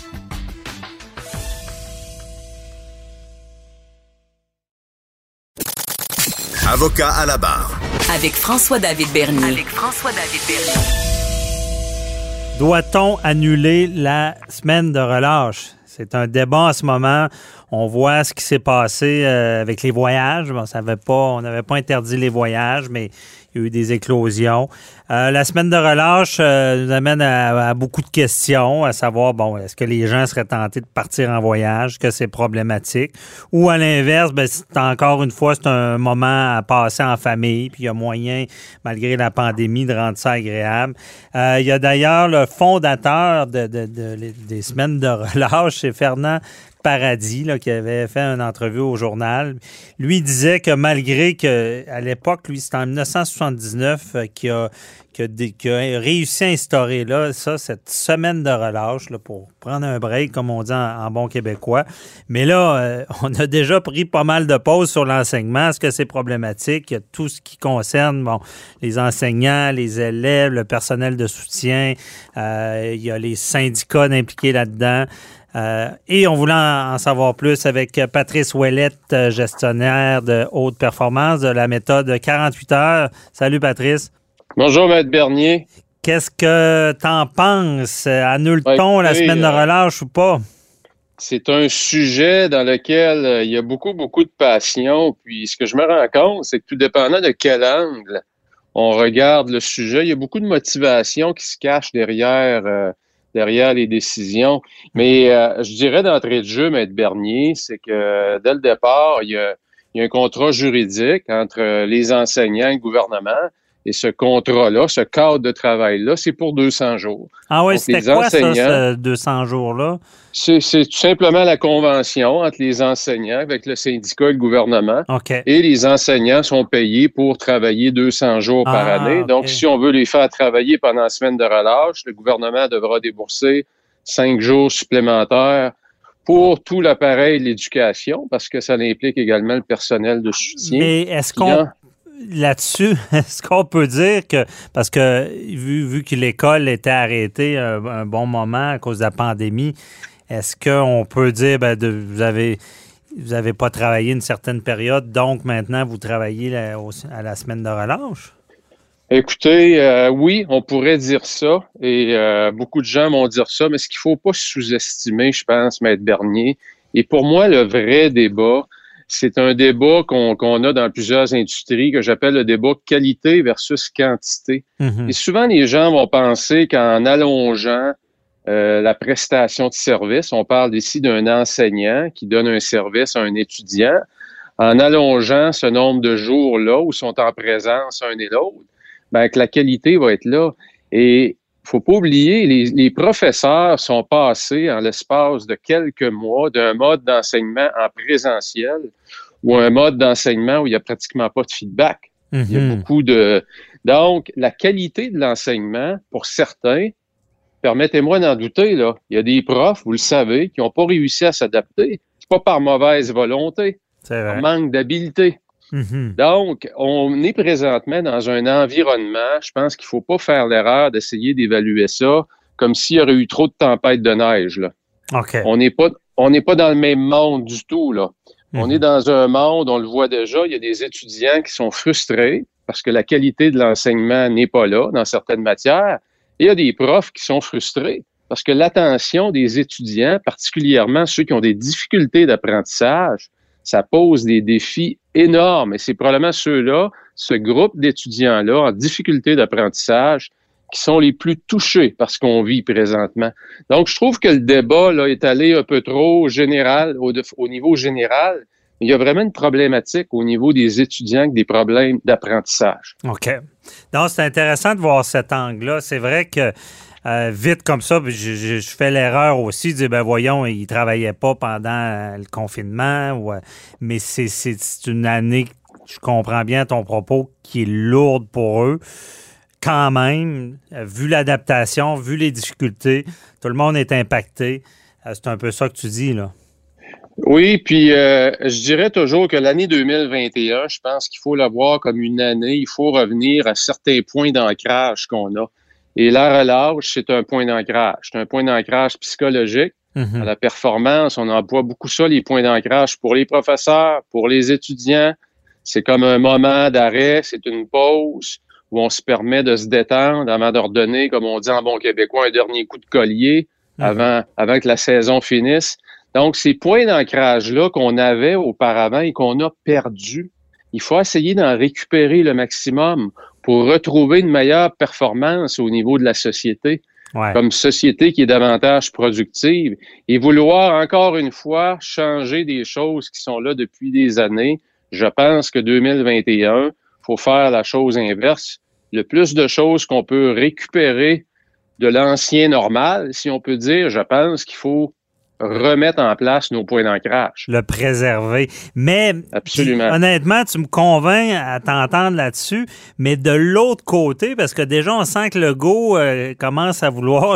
Avocat à la barre. Avec François-David Bernier. Doit-on annuler la semaine de relâche? C'est un débat en ce moment. On voit ce qui s'est passé avec les voyages. Bon, on n'avait pas interdit les voyages, mais il y a eu des éclosions. La semaine de relâche nous amène à beaucoup de questions, à savoir, est-ce que les gens seraient tentés de partir en voyage? Est-ce que c'est problématique? Ou à l'inverse, encore une fois, c'est un moment à passer en famille, puis il y a moyen, malgré la pandémie, de rendre ça agréable. Il y a d'ailleurs le fondateur des semaines de relâche, c'est Fernand Paradis, là, qui avait fait une entrevue au journal. Lui disait que malgré que à l'époque, lui, c'était en 1979 qu'il a réussi à instaurer cette semaine de relâche là, pour prendre un break, comme on dit en bon québécois. Mais là, on a déjà pris pas mal de pauses sur l'enseignement. Est-ce que c'est problématique? Il y a tout ce qui concerne les enseignants, les élèves, le personnel de soutien. Il y a les syndicats impliqués là-dedans. Et on voulait en savoir plus avec Patrice Ouellette, gestionnaire de haute performance de la méthode 48 heures. Salut Patrice. Bonjour Maître Bernier. Qu'est-ce que t'en penses? Annule-t-on la semaine de relâche ou pas? C'est un sujet dans lequel il y a beaucoup de passion. Puis ce que je me rends compte, c'est que tout dépendant de quel angle on regarde le sujet, il y a beaucoup de motivation qui se cache derrière les décisions. Mais je dirais d'entrée de jeu, Maître Bernier, c'est que dès le départ, il y a un contrat juridique entre les enseignants et le gouvernement. Et ce contrat-là, ce cadre de travail-là, c'est pour 200 jours. Ah oui, donc, c'était quoi ça, ce 200 jours-là? C'est tout simplement la convention entre les enseignants avec le syndicat et le gouvernement. Okay. Et les enseignants sont payés pour travailler 200 jours par année. Okay. Donc, si on veut les faire travailler pendant la semaine de relâche, le gouvernement devra débourser 5 jours supplémentaires pour tout l'appareil de l'éducation, parce que ça implique également le personnel de soutien. Mais est-ce qu'on... Là-dessus, est-ce qu'on peut dire que, parce que vu que l'école était arrêtée un bon moment à cause de la pandémie, est-ce qu'on peut dire, vous avez pas travaillé une certaine période, donc maintenant vous travaillez à la semaine de relâche? Écoutez, oui, on pourrait dire ça, et beaucoup de gens vont dire ça, mais ce qu'il faut pas sous-estimer, je pense, Maître Bernier, et pour moi, le vrai débat, c'est un débat qu'on a dans plusieurs industries que j'appelle le débat qualité versus quantité. Mm-hmm. Et souvent, les gens vont penser qu'en allongeant la prestation de service, on parle ici d'un enseignant qui donne un service à un étudiant, en allongeant ce nombre de jours-là où sont en présence un et l'autre, que la qualité va être là. Et faut pas oublier, les professeurs sont passés en l'espace de quelques mois d'un mode d'enseignement en présentiel ou un mode d'enseignement où il n'y a pratiquement pas de feedback. Mm-hmm. Il y a beaucoup de... Donc, la qualité de l'enseignement, pour certains, permettez-moi d'en douter, là, il y a des profs, vous le savez, qui n'ont pas réussi à s'adapter. C'est pas par mauvaise volonté, par manque d'habileté. Mm-hmm. Donc, on est présentement dans un environnement, je pense qu'il ne faut pas faire l'erreur d'essayer d'évaluer ça comme s'il y aurait eu trop de tempêtes de neige, là. Okay. On n'est pas dans le même monde du tout, là. Mm-hmm. On est dans un monde, on le voit déjà, il y a des étudiants qui sont frustrés parce que la qualité de l'enseignement n'est pas là dans certaines matières. Et il y a des profs qui sont frustrés parce que l'attention des étudiants, particulièrement ceux qui ont des difficultés d'apprentissage, ça pose des défis énormes. Et c'est probablement ceux-là, ce groupe d'étudiants-là en difficulté d'apprentissage, qui sont les plus touchés par ce qu'on vit présentement. Donc, je trouve que le débat là, est allé un peu trop général, au niveau général. Il y a vraiment une problématique au niveau des étudiants avec des problèmes d'apprentissage. OK. Donc, c'est intéressant de voir cet angle-là. C'est vrai que vite comme ça, je fais l'erreur aussi de dire, voyons, ils ne travaillaient pas pendant le confinement. Mais c'est une année, je comprends bien ton propos, qui est lourde pour eux. Quand même, vu l'adaptation, vu les difficultés, tout le monde est impacté. C'est un peu ça que tu dis, là. Oui, puis je dirais toujours que l'année 2021, je pense qu'il faut la voir comme une année. Il faut revenir à certains points d'ancrage qu'on a. Et la relâche, c'est un point d'ancrage. C'est un point d'ancrage psychologique. Mm-hmm. À la performance, on emploie beaucoup ça, les points d'ancrage pour les professeurs, pour les étudiants. C'est comme un moment d'arrêt, c'est une pause où on se permet de se détendre avant de redonner, comme on dit en bon québécois, un dernier coup de collier avant que la saison finisse. Donc, ces points d'ancrage-là qu'on avait auparavant et qu'on a perdus, il faut essayer d'en récupérer le maximum pour retrouver une meilleure performance au niveau de la société, comme société qui est davantage productive, et vouloir encore une fois changer des choses qui sont là depuis des années. Je pense que 2021, il faut faire la chose inverse. Le plus de choses qu'on peut récupérer de l'ancien normal, si on peut dire, je pense qu'il faut remettre en place nos points d'ancrage. Le préserver. Mais absolument. Honnêtement, tu me convaincs à t'entendre là-dessus, mais de l'autre côté, parce que déjà, on sent que Legault commence à vouloir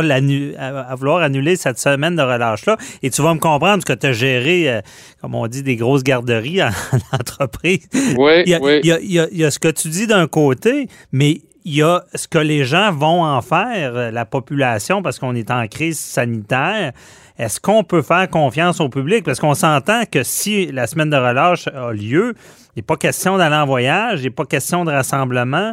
annuler cette semaine de relâche-là, et tu vas me comprendre parce que tu as géré, comme on dit, des grosses garderies en entreprise. Oui, il y a ce que tu dis d'un côté, mais il y a ce que les gens vont en faire, la population, parce qu'on est en crise sanitaire. Est-ce qu'on peut faire confiance au public? Parce qu'on s'entend que si la semaine de relâche a lieu, il n'est pas question d'aller en voyage, il n'est pas question de rassemblement,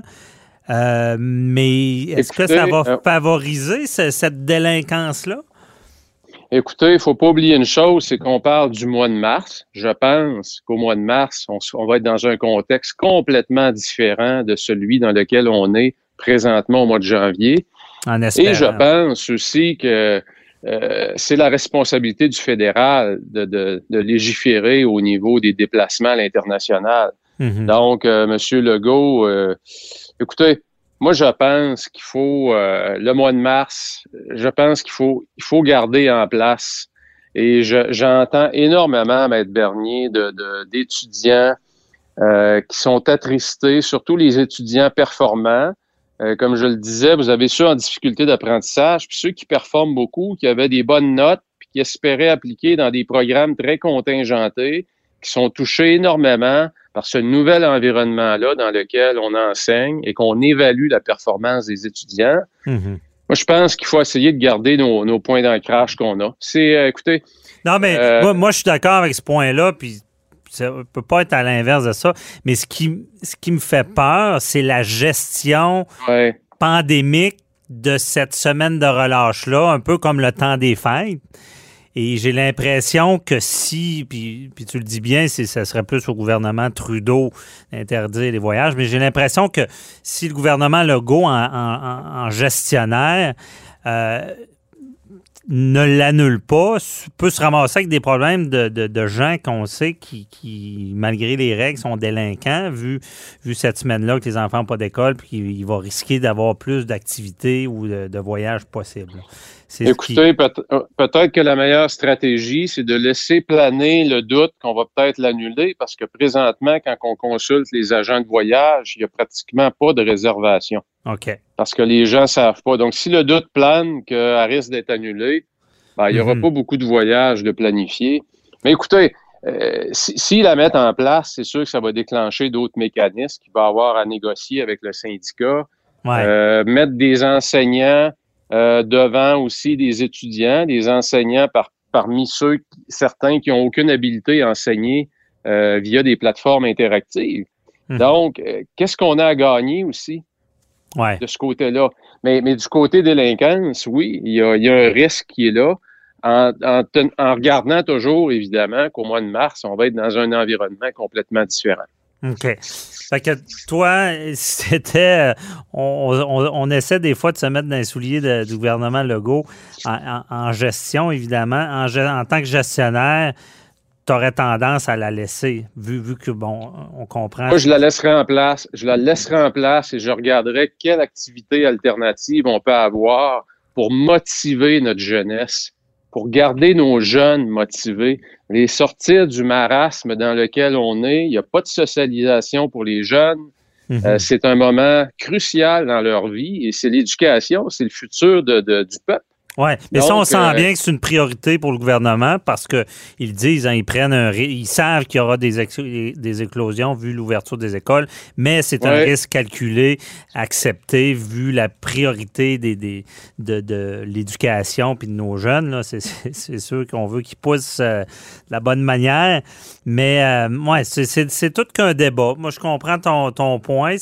mais est-ce que ça va favoriser cette délinquance-là? Écoutez, il ne faut pas oublier une chose, c'est qu'on parle du mois de mars. Je pense qu'au mois de mars, on va être dans un contexte complètement différent de celui dans lequel on est présentement au mois de janvier. En espérant. Et je pense aussi que c'est la responsabilité du fédéral de légiférer au niveau des déplacements à l'international. Mm-hmm. Donc, M. Legault, écoutez, moi, je pense qu'il faut, le mois de mars, je pense qu'il faut garder en place. Et j'entends énormément, Maître Bernier, d'étudiants qui sont attristés, surtout les étudiants performants. Comme je le disais, vous avez ceux en difficulté d'apprentissage, puis ceux qui performent beaucoup, qui avaient des bonnes notes, puis qui espéraient appliquer dans des programmes très contingentés, qui sont touchés énormément par ce nouvel environnement-là dans lequel on enseigne et qu'on évalue la performance des étudiants. Mm-hmm. Moi, je pense qu'il faut essayer de garder nos points d'ancrage qu'on a. Écoutez... Non, mais moi, je suis d'accord avec ce point-là, puis ça ne peut pas être à l'inverse de ça. Mais ce qui me fait peur, c'est la gestion pandémique de cette semaine de relâche-là, un peu comme le temps des fêtes. Et j'ai l'impression que puis tu le dis bien, ça serait plus au gouvernement Trudeau d'interdire les voyages, mais j'ai l'impression que si le gouvernement Legault en gestionnaire ne l'annule pas, peut se ramasser avec des problèmes de gens qu'on sait qui, malgré les règles, sont délinquants, vu cette semaine-là que les enfants n'ont pas d'école, puis qu'il va risquer d'avoir plus d'activités ou de voyages possibles. Écoutez, peut-être que la meilleure stratégie, c'est de laisser planer le doute qu'on va peut-être l'annuler, parce que présentement, quand on consulte les agents de voyage, il n'y a pratiquement pas de réservation. OK. Parce que les gens ne savent pas. Donc, si le doute plane qu'elle risque d'être annulée, il n'y aura pas beaucoup de voyages de planifier. Mais écoutez, s'ils la mettent en place, c'est sûr que ça va déclencher d'autres mécanismes qu'il va y avoir à négocier avec le syndicat. Ouais. Mettre des enseignants devant aussi des étudiants, des enseignants parmi certains qui n'ont aucune habilité à enseigner via des plateformes interactives. Donc, qu'est-ce qu'on a à gagner aussi de ce côté-là? Mais du côté délinquance, oui, il y a un risque qui est là, en regardant toujours, évidemment, qu'au mois de mars, on va être dans un environnement complètement différent. OK. Fait que toi, c'était... On essaie des fois de se mettre dans les souliers du gouvernement Legault en gestion, évidemment. En tant que gestionnaire, tu aurais tendance à la laisser, vu que, bon, on comprend... Moi, je la laisserai en place. Je la laisserai en place et je regarderai quelle activité alternative on peut avoir pour motiver notre jeunesse, pour garder nos jeunes motivés, les sortir du marasme dans lequel on est. Il n'y a pas de socialisation pour les jeunes. Mm-hmm. C'est un moment crucial dans leur vie et c'est l'éducation, c'est le futur du peuple. Oui, mais donc, ça, on sent bien que c'est une priorité pour le gouvernement parce qu'ils disent, ils savent qu'il y aura des éclosions vu l'ouverture des écoles, mais c'est un risque calculé, accepté, vu la priorité de l'éducation puis de nos jeunes. Là, c'est sûr qu'on veut qu'ils poussent de la bonne manière, mais c'est tout qu'un débat. Moi, je comprends ton point.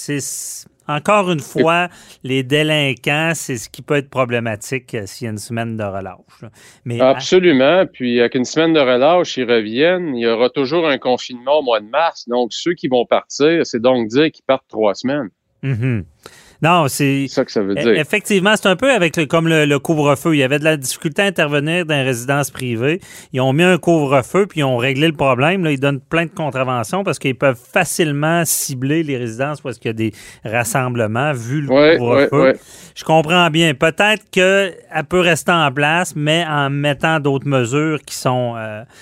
Encore une fois, les délinquants, c'est ce qui peut être problématique s'il y a une semaine de relâche. Mais, absolument. Puis, avec une semaine de relâche, ils reviennent. Il y aura toujours un confinement au mois de mars. Donc, ceux qui vont partir, c'est donc dire qu'ils partent 3 semaines. Mm-hmm. Non, c'est ça que ça veut dire. Effectivement, c'est un peu comme le couvre-feu. Il y avait de la difficulté à intervenir dans les résidences privées. Ils ont mis un couvre-feu puis ils ont réglé le problème. Là, ils donnent plein de contraventions parce qu'ils peuvent facilement cibler les résidences parce qu'il y a des rassemblements vu le couvre-feu. Ouais. Je comprends bien. Peut-être qu'elle peut rester en place, mais en mettant d'autres mesures qui sont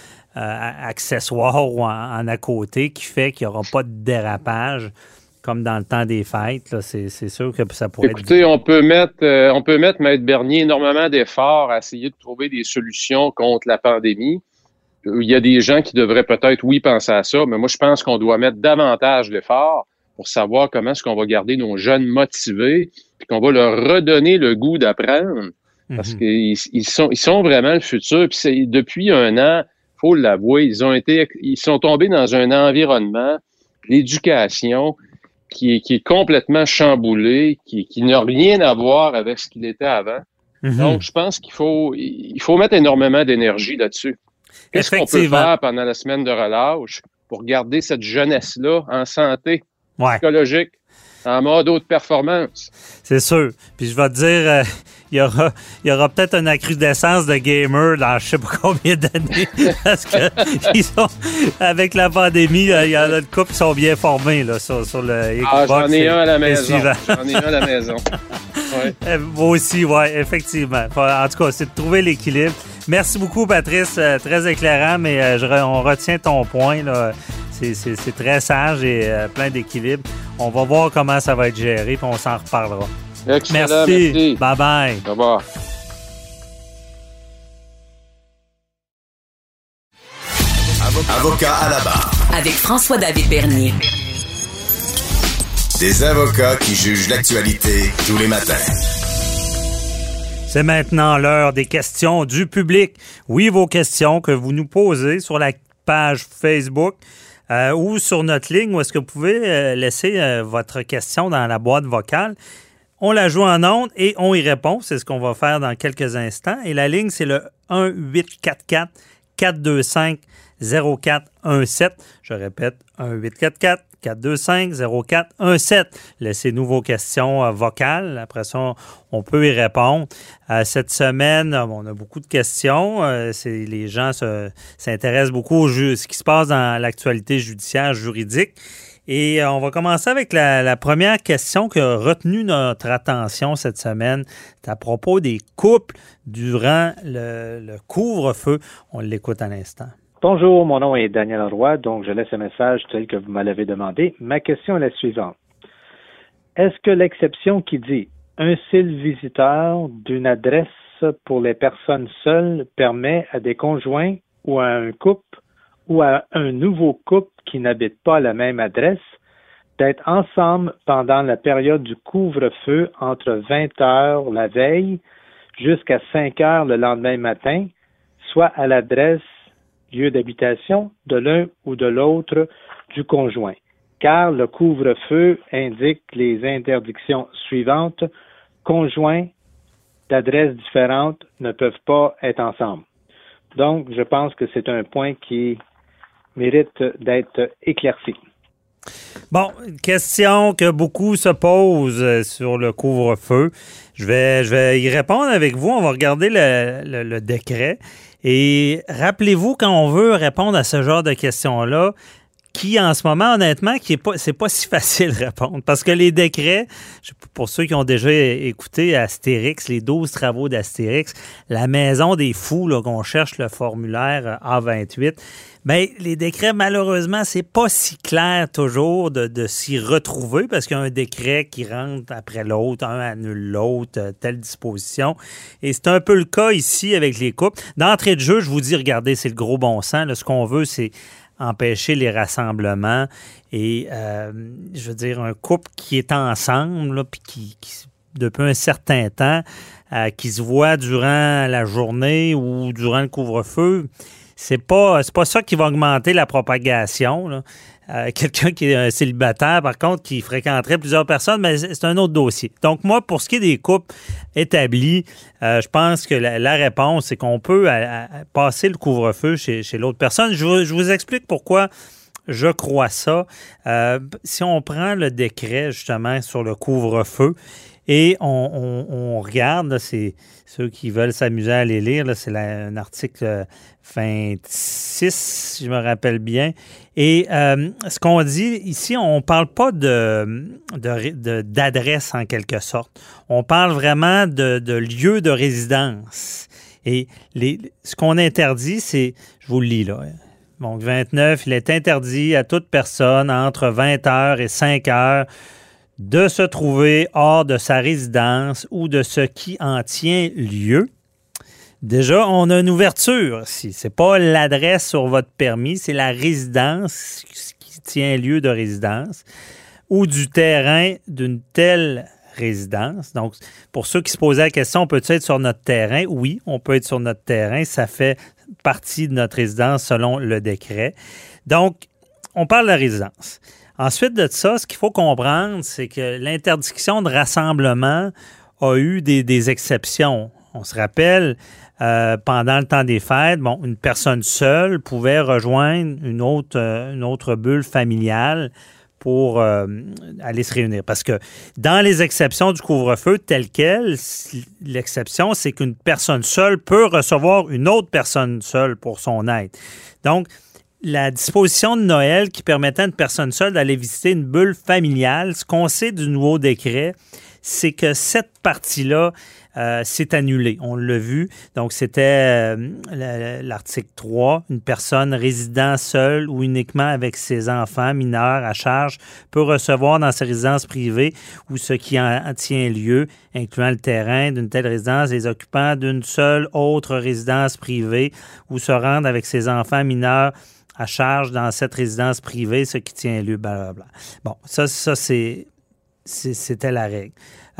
accessoires ou en à côté, qui fait qu'il n'y aura pas de dérapage. Comme dans le temps des fêtes, là, c'est sûr que ça pourrait être... Écoutez, on peut mettre, Maître Bernier, énormément d'efforts à essayer de trouver des solutions contre la pandémie. Il y a des gens qui devraient peut-être, penser à ça, mais moi, je pense qu'on doit mettre davantage d'efforts pour savoir comment est-ce qu'on va garder nos jeunes motivés puis qu'on va leur redonner le goût d'apprendre parce qu'ils sont vraiment le futur. Puis depuis 1 an, il faut l'avouer, ils sont tombés dans un environnement, l'éducation, qui est complètement chamboulé, qui n'a rien à voir avec ce qu'il était avant. Mm-hmm. Donc, je pense qu'il faut mettre énormément d'énergie là-dessus. Qu'est-ce qu'on peut faire pendant la semaine de relâche pour garder cette jeunesse-là en santé psychologique, en mode haute performance. C'est sûr. Puis je vais te dire, il y aura peut-être une accrudescence de gamers dans je sais pas combien d'années. Parce que avec la pandémie, il y en a de couple qui sont bien formés là, sur le Xbox. J'en ai un à la maison. Ouais. Moi aussi, oui, effectivement. En tout cas, c'est de trouver l'équilibre. Merci beaucoup, Patrice. Très éclairant, mais on retient ton point, là. C'est très sage et plein d'équilibre. On va voir comment ça va être géré, puis on s'en reparlera. Excellent, merci. Bye-bye. Au revoir. Avocat à la barre. Avec François-David Bernier. Des avocats qui jugent l'actualité tous les matins. C'est maintenant l'heure des questions du public. Oui, vos questions que vous nous posez sur la page Facebook ou sur notre ligne où est-ce que vous pouvez laisser votre question dans la boîte vocale. On la joue en ondes et on y répond. C'est ce qu'on va faire dans quelques instants. Et la ligne, c'est le 1-844-425-0417. Je répète, 1-844-425-0417. Laissez-nous vos questions vocales. Après ça, on peut y répondre. Cette semaine, on a beaucoup de questions. Les gens s'intéressent beaucoup à ce qui se passe dans l'actualité judiciaire, juridique. Et on va commencer avec la première question qui a retenu notre attention cette semaine. C'est à propos des couples durant le couvre-feu. On l'écoute à l'instant. Bonjour, mon nom est Daniel Roy, donc je laisse un message tel que vous me l'avez demandé. Ma question est la suivante. Est-ce que l'exception qui dit « un seul visiteur d'une adresse pour les personnes seules » permet à des conjoints ou à un couple ou à un nouveau couple qui n'habite pas à la même adresse d'être ensemble pendant la période du couvre-feu entre 20 heures la veille jusqu'à 5 heures le lendemain matin, soit à l'adresse lieu d'habitation de l'un ou de l'autre du conjoint, car le couvre-feu indique les interdictions suivantes. Conjoints d'adresses différentes ne peuvent pas être ensemble. Donc, je pense que c'est un point qui mérite d'être éclairci. Bon, une question que beaucoup se posent sur le couvre-feu. Je vais y répondre avec vous. On va regarder le décret. Et rappelez-vous, quand on veut répondre à ce genre de questions-là, qui, en ce moment, honnêtement, c'est pas si facile de répondre. Parce que les décrets, pour ceux qui ont déjà écouté Astérix, les 12 travaux d'Astérix, la maison des fous, là, qu'on cherche le formulaire A28, bien, les décrets, malheureusement, c'est pas si clair toujours de s'y retrouver parce qu'il y a un décret qui rentre après l'autre, un annule l'autre, telle disposition. Et c'est un peu le cas ici avec les couples. D'entrée de jeu, je vous dis, regardez, c'est le gros bon sens. Là, ce qu'on veut, c'est empêcher les rassemblements et, je veux dire, un couple qui est ensemble, là, puis qui depuis un certain temps, qui se voit durant la journée ou durant le couvre-feu, c'est pas ça qui va augmenter la propagation, là. Quelqu'un qui est un célibataire, par contre, qui fréquenterait plusieurs personnes, mais c'est un autre dossier. Donc, moi, pour ce qui est des couples établis, je pense que la réponse, c'est qu'on peut passer le couvre-feu chez l'autre personne. Je vous explique pourquoi je crois ça. Si on prend le décret, justement, sur le couvre-feu, et on regarde, là, c'est ceux qui veulent s'amuser à les lire, là, c'est un article 26, si je me rappelle bien. Et ce qu'on dit ici, on ne parle pas d'adresse en quelque sorte. On parle vraiment de lieu de résidence. Et ce qu'on interdit, c'est, je vous le lis là, donc 29, il est interdit à toute personne entre 20 heures et 5 heures de se trouver hors de sa résidence ou de ce qui en tient lieu. Déjà, on a une ouverture ici. Ce n'est pas l'adresse sur votre permis, c'est la résidence qui tient lieu de résidence ou du terrain d'une telle résidence. Donc, pour ceux qui se posaient la question, on peut-tu être sur notre terrain? Oui, on peut être sur notre terrain. Ça fait partie de notre résidence selon le décret. Donc, on parle de la résidence. Ensuite de ça, ce qu'il faut comprendre, c'est que l'interdiction de rassemblement a eu des exceptions. On se rappelle, pendant le temps des fêtes, une personne seule pouvait rejoindre une autre bulle familiale pour aller se réunir. Parce que dans les exceptions du couvre-feu telles quelles, l'exception, c'est qu'une personne seule peut recevoir une autre personne seule pour son aide. Donc, la disposition de Noël qui permettait à une personne seule d'aller visiter une bulle familiale, ce qu'on sait du nouveau décret, c'est que cette partie-là s'est annulée. On l'a vu. Donc, c'était l'article 3. Une personne résidant seule ou uniquement avec ses enfants mineurs à charge peut recevoir dans ses résidences privées ou ce qui en tient lieu, incluant le terrain d'une telle résidence, les occupants d'une seule autre résidence privée ou se rendre avec ses enfants mineurs à charge dans cette résidence privée, ce qui tient lieu, blablabla. Bon, ça c'était la règle.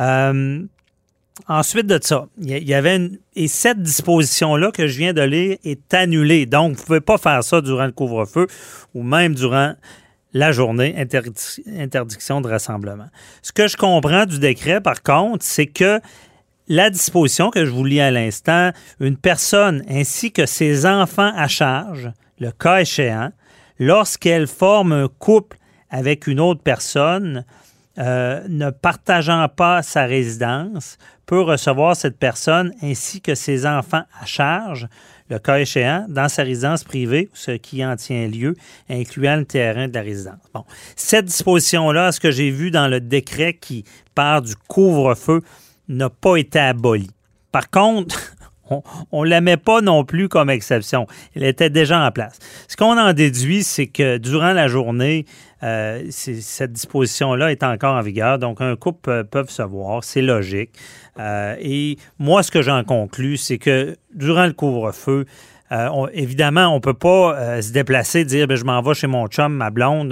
Ensuite de ça, il y avait et cette disposition-là que je viens de lire est annulée. Donc, vous ne pouvez pas faire ça durant le couvre-feu ou même durant la journée, interdiction de rassemblement. Ce que je comprends du décret, par contre, c'est que la disposition que je vous lis à l'instant, une personne ainsi que ses enfants à charge, le cas échéant, lorsqu'elle forme un couple avec une autre personne, ne partageant pas sa résidence, peut recevoir cette personne ainsi que ses enfants à charge, le cas échéant, dans sa résidence privée, ce qui en tient lieu, incluant le terrain de la résidence. Bon, cette disposition-là, ce que j'ai vu dans le décret qui part du couvre-feu, n'a pas été abolie. Par contre, on ne la met pas non plus comme exception. Elle était déjà en place. Ce qu'on en déduit, c'est que durant la journée, cette disposition-là est encore en vigueur. Donc, un couple peut se voir. C'est logique. Et moi, ce que j'en conclus, c'est que durant le couvre-feu, évidemment, on ne peut pas se déplacer, dire je m'en vais chez mon chum, ma blonde.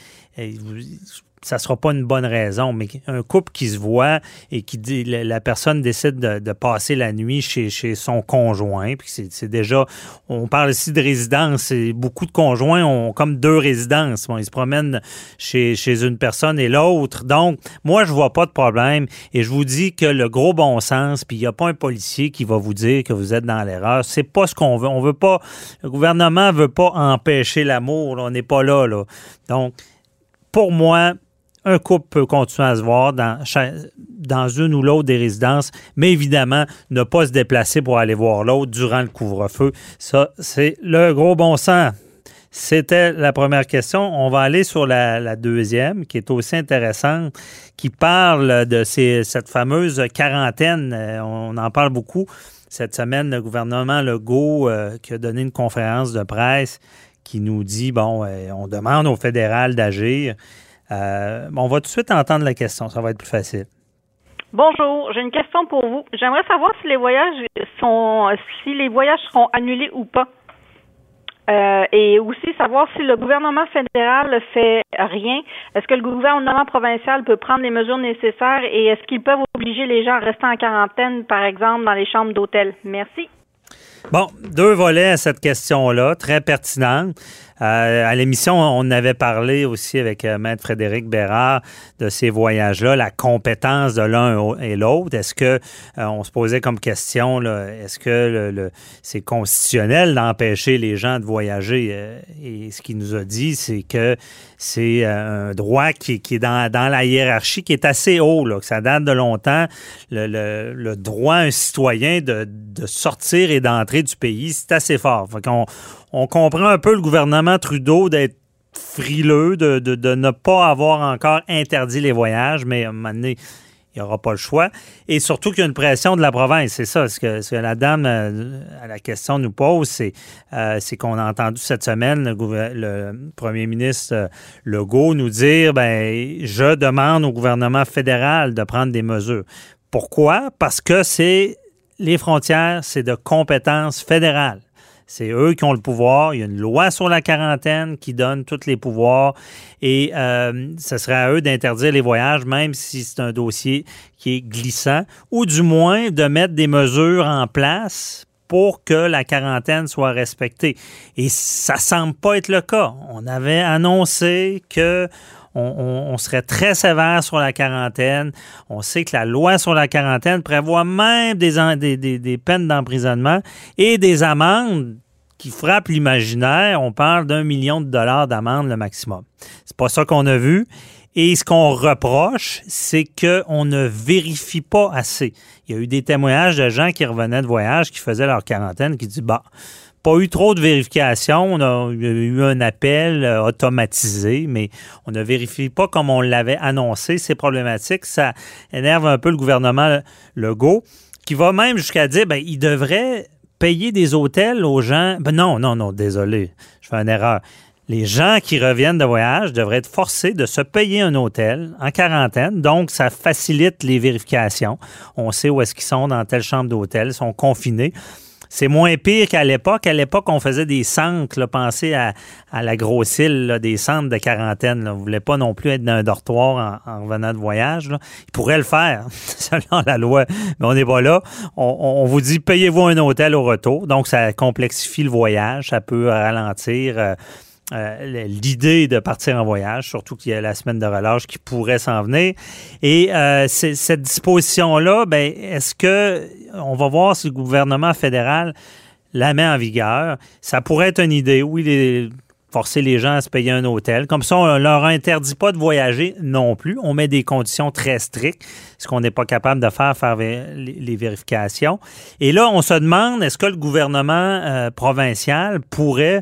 Ça ne sera pas une bonne raison, mais un couple qui se voit et qui dit la personne décide de passer la nuit chez son conjoint, puis c'est déjà, on parle ici de résidence, et beaucoup de conjoints ont comme deux résidences. Bon, ils se promènent chez une personne et l'autre. Donc, moi, je vois pas de problème et je vous dis que le gros bon sens, puis il n'y a pas un policier qui va vous dire que vous êtes dans l'erreur. C'est pas ce qu'on veut. On veut pas, le gouvernement veut pas empêcher l'amour. Là. On n'est pas là. Donc, pour moi, un couple peut continuer à se voir dans une ou l'autre des résidences, mais évidemment, ne pas se déplacer pour aller voir l'autre durant le couvre-feu. Ça, c'est le gros bon sens. C'était la première question. On va aller sur la deuxième, qui est aussi intéressante, qui parle de cette fameuse quarantaine. On en parle beaucoup. Cette semaine, le gouvernement Legault qui a donné une conférence de presse qui nous dit, on demande au fédéral d'agir. On va tout de suite entendre la question. Ça va être plus facile. Bonjour, j'ai une question pour vous. J'aimerais savoir si les voyages seront annulés ou pas. Et aussi savoir si le gouvernement fédéral ne fait rien. Est-ce que le gouvernement provincial peut prendre les mesures nécessaires et est-ce qu'ils peuvent obliger les gens à rester en quarantaine, par exemple, dans les chambres d'hôtel? Merci. Bon, deux volets à cette question-là, très pertinente. À l'émission, on avait parlé aussi avec Maître Frédéric Bérard de ces voyages-là, la compétence de l'un et l'autre. Est-ce que on se posait comme question, là, est-ce que c'est constitutionnel d'empêcher les gens de voyager? Et ce qu'il nous a dit, c'est que c'est un droit qui est dans la hiérarchie, qui est assez haut, là, que ça date de longtemps. Le droit à un citoyen de sortir et d'entrer du pays, c'est assez fort. Fait qu'on comprend un peu le gouvernement Trudeau d'être frileux, de ne pas avoir encore interdit les voyages, mais à un moment donné, il n'y aura pas le choix. Et surtout qu'il y a une pression de la province. C'est ça, ce que la dame à la question nous pose, c'est qu'on a entendu cette semaine le premier ministre Legault nous dire, je demande au gouvernement fédéral de prendre des mesures. Pourquoi? Parce que les frontières, c'est de compétence fédérale. C'est eux qui ont le pouvoir. Il y a une loi sur la quarantaine qui donne tous les pouvoirs et ce serait à eux d'interdire les voyages, même si c'est un dossier qui est glissant, ou du moins de mettre des mesures en place pour que la quarantaine soit respectée. Et ça semble pas être le cas. On avait annoncé que on serait très sévère sur la quarantaine. On sait que la loi sur la quarantaine prévoit même des peines d'emprisonnement et des amendes qui frappe l'imaginaire, on parle d'1 million de dollars d'amende le maximum. C'est pas ça qu'on a vu. Et ce qu'on reproche, c'est qu'on ne vérifie pas assez. Il y a eu des témoignages de gens qui revenaient de voyage, qui faisaient leur quarantaine, qui disent, pas eu trop de vérification. Il y a eu un appel automatisé, mais on ne vérifie pas comme on l'avait annoncé. C'est problématique. Ça énerve un peu le gouvernement Legault, qui va même jusqu'à dire, il devrait payer des hôtels aux gens. Non, désolé, je fais une erreur. Les gens qui reviennent de voyage devraient être forcés de se payer un hôtel en quarantaine. Donc, ça facilite les vérifications. On sait où est-ce qu'ils sont dans telle chambre d'hôtel, ils sont confinés. C'est moins pire qu'à l'époque. À l'époque, on faisait des centres, pensez à la Grosse-Île, des centres de quarantaine. On ne voulait pas non plus être dans un dortoir en revenant de voyage. Ils pourraient le faire, selon la loi, mais on n'est pas là. On vous dit, payez-vous un hôtel au retour. Donc, ça complexifie le voyage. Ça peut ralentir l'idée de partir en voyage, surtout qu'il y a la semaine de relâche qui pourrait s'en venir. Et cette disposition-là, est-ce que on va voir si le gouvernement fédéral la met en vigueur? Ça pourrait être une idée, oui, forcer les gens à se payer un hôtel. Comme ça, on ne leur interdit pas de voyager non plus. On met des conditions très strictes, ce qu'on n'est pas capable de faire les vérifications. Et là, on se demande, est-ce que le gouvernement provincial pourrait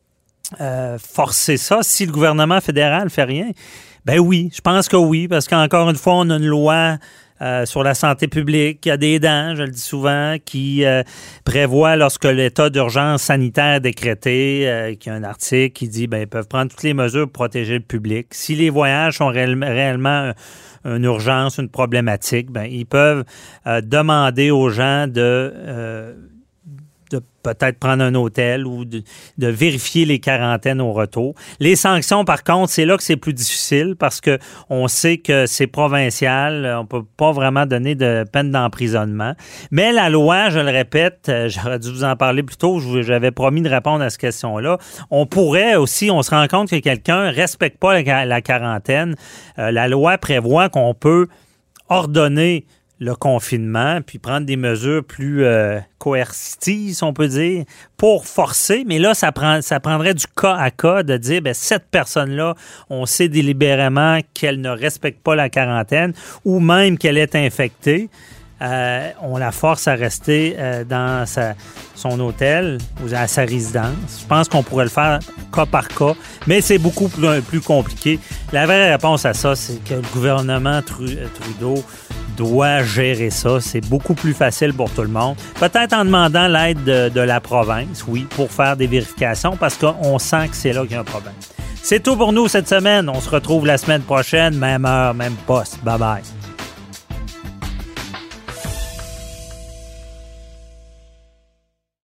forcer ça si le gouvernement fédéral fait rien? Oui, je pense que oui, parce qu'encore une fois, on a une loi sur la santé publique, qui a des dents, je le dis souvent, qui prévoit lorsque l'état d'urgence sanitaire est décrété, qu'il y a un article qui dit ils peuvent prendre toutes les mesures pour protéger le public. Si les voyages sont réellement une urgence, une problématique, ils peuvent demander aux gens de peut-être prendre un hôtel ou de vérifier les quarantaines au retour. Les sanctions, par contre, c'est là que c'est plus difficile parce que on sait que c'est provincial, on peut pas vraiment donner de peine d'emprisonnement. Mais la loi, je le répète, j'aurais dû vous en parler plus tôt, j'avais promis de répondre à cette question-là. On pourrait aussi, on se rend compte que quelqu'un respecte pas la quarantaine. La loi prévoit qu'on peut ordonner le confinement, puis prendre des mesures plus coercitives, si on peut dire, pour forcer. Mais là, ça prendrait du cas à cas de dire, cette personne-là, on sait délibérément qu'elle ne respecte pas la quarantaine ou même qu'elle est infectée. On la force à rester dans son hôtel ou à sa résidence. Je pense qu'on pourrait le faire cas par cas, mais c'est beaucoup plus compliqué. La vraie réponse à ça, c'est que le gouvernement Trudeau doit gérer ça. C'est beaucoup plus facile pour tout le monde. Peut-être en demandant l'aide de la province, oui, pour faire des vérifications, parce qu'on sent que c'est là qu'il y a un problème. C'est tout pour nous cette semaine. On se retrouve la semaine prochaine, même heure, même poste. Bye-bye.